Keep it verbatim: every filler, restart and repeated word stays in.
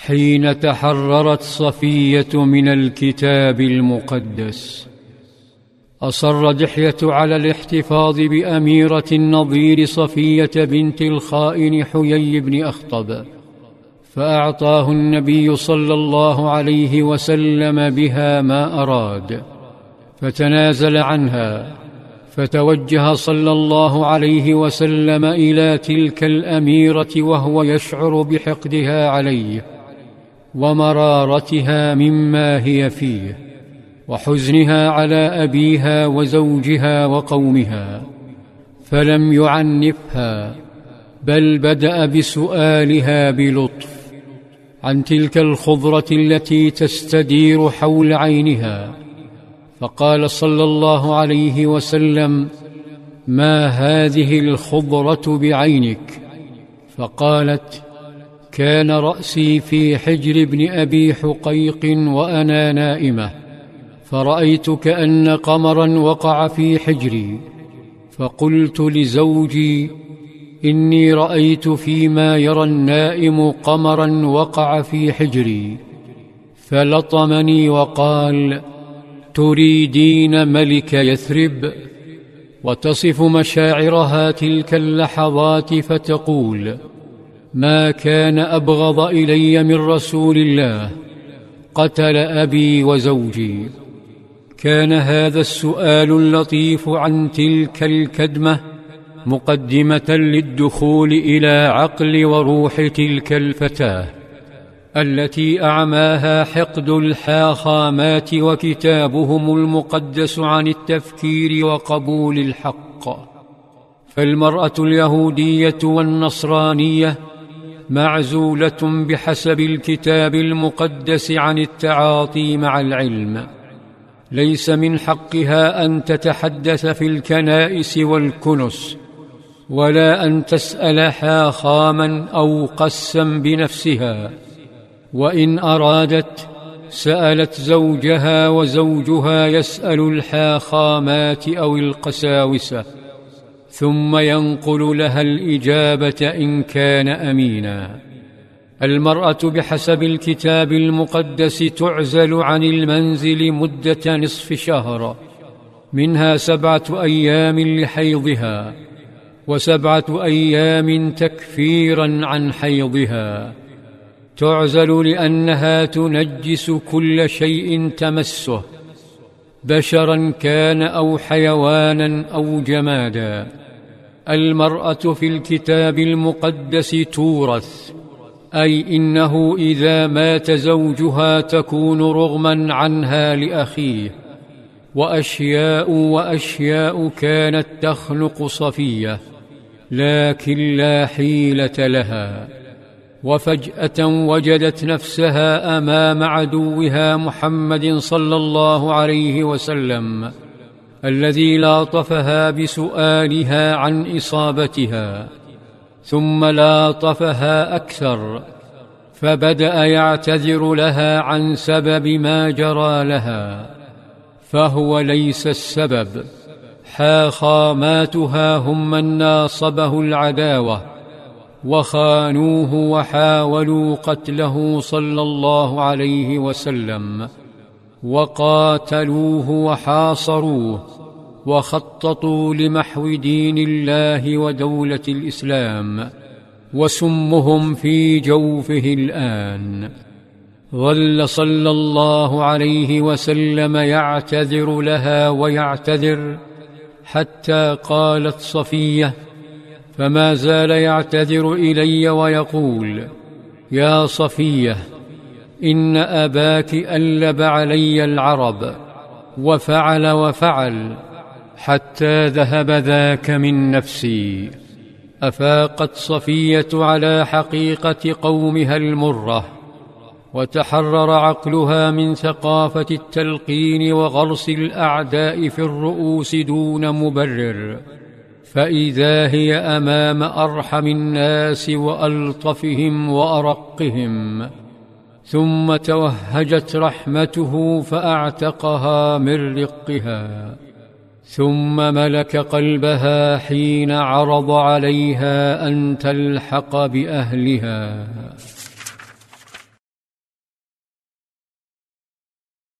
حين تحررت صفية من الكتاب المقدس. أصر دحية على الاحتفاظ بأميرة النظير صفية بنت الخائن حيي بن أخطب، فأعطاه النبي صلى الله عليه وسلم بها ما أراد، فتنازل عنها، فتوجه صلى الله عليه وسلم إلى تلك الأميرة وهو يشعر بحقدها عليه ومرارتها مما هي فيه، وحزنها على أبيها وزوجها وقومها، فلم يعنفها، بل بدأ بسؤالها بلطف عن تلك الخضرة التي تستدير حول عينها، فقال صلى الله عليه وسلم: ما هذه الخضرة بعينك؟ فقالت: كان رأسي في حجر ابن أبي حقيق وأنا نائمة، فرأيت كأن قمرا وقع في حجري، فقلت لزوجي: إني رأيت فيما يرى النائم قمرا وقع في حجري، فلطمني وقال: تريدين ملك يثرب؟ وتصف مشاعرها تلك اللحظات فتقول: ما كان أبغض إلي من رسول الله، قتل أبي وزوجي. كان هذا السؤال اللطيف عن تلك الكدمة مقدمة للدخول إلى عقل وروح تلك الفتاة التي أعماها حقد الحاخامات وكتابهم المقدس عن التفكير وقبول الحق. فالمرأة اليهودية والنصرانية معزولة بحسب الكتاب المقدس عن التعاطي مع العلم، ليس من حقها أن تتحدث في الكنائس والكنس، ولا أن تسأل حاخاما أو قسا بنفسها، وإن أرادت سألت زوجها، وزوجها يسأل الحاخامات أو القساوسة، ثم ينقل لها الإجابة إن كان أمينا. المرأة بحسب الكتاب المقدس تعزل عن المنزل مدة نصف شهر، منها سبعة أيام لحيضها، وسبعة أيام تكفيرا عن حيضها. تعزل لأنها تنجس كل شيء تمسه، بشرا كان أو حيوانا أو جمادا. المرأة في الكتاب المقدس تورث، أي إنه إذا مات زوجها تكون رغما عنها لأخيه. وأشياء وأشياء كانت تخنق صفية، لكن لا حيلة لها، وفجأة وجدت نفسها أمام عدوها محمد صلى الله عليه وسلم، الذي لاطفها بسؤالها عن إصابتها، ثم لاطفها أكثر، فبدأ يعتذر لها عن سبب ما جرى لها، فهو ليس السبب. حاخاماتها هم من ناصبه العداوة وخانوه وحاولوا قتله صلى الله عليه وسلم، وقاتلوه وحاصروه وخططوا لمحو دين الله ودولة الإسلام، وسمهم في جوفه الآن. ظل صلى الله عليه وسلم يعتذر لها ويعتذر حتى قالت صفية: فما زال يعتذر إلي ويقول: يا صفية، إن أباك ألب علي العرب وفعل وفعل حتى ذهب ذاك من نفسي. أفاقت صفية على حقيقة قومها المرة، وتحرر عقلها من ثقافة التلقين وغرس الأعداء في الرؤوس دون مبرر، فإذا هي أمام أرحم الناس وألطفهم وأرقهم، ثم توهجت رحمته فأعتقها من رقها، ثم ملك قلبها حين عرض عليها أن تلحق بأهلها.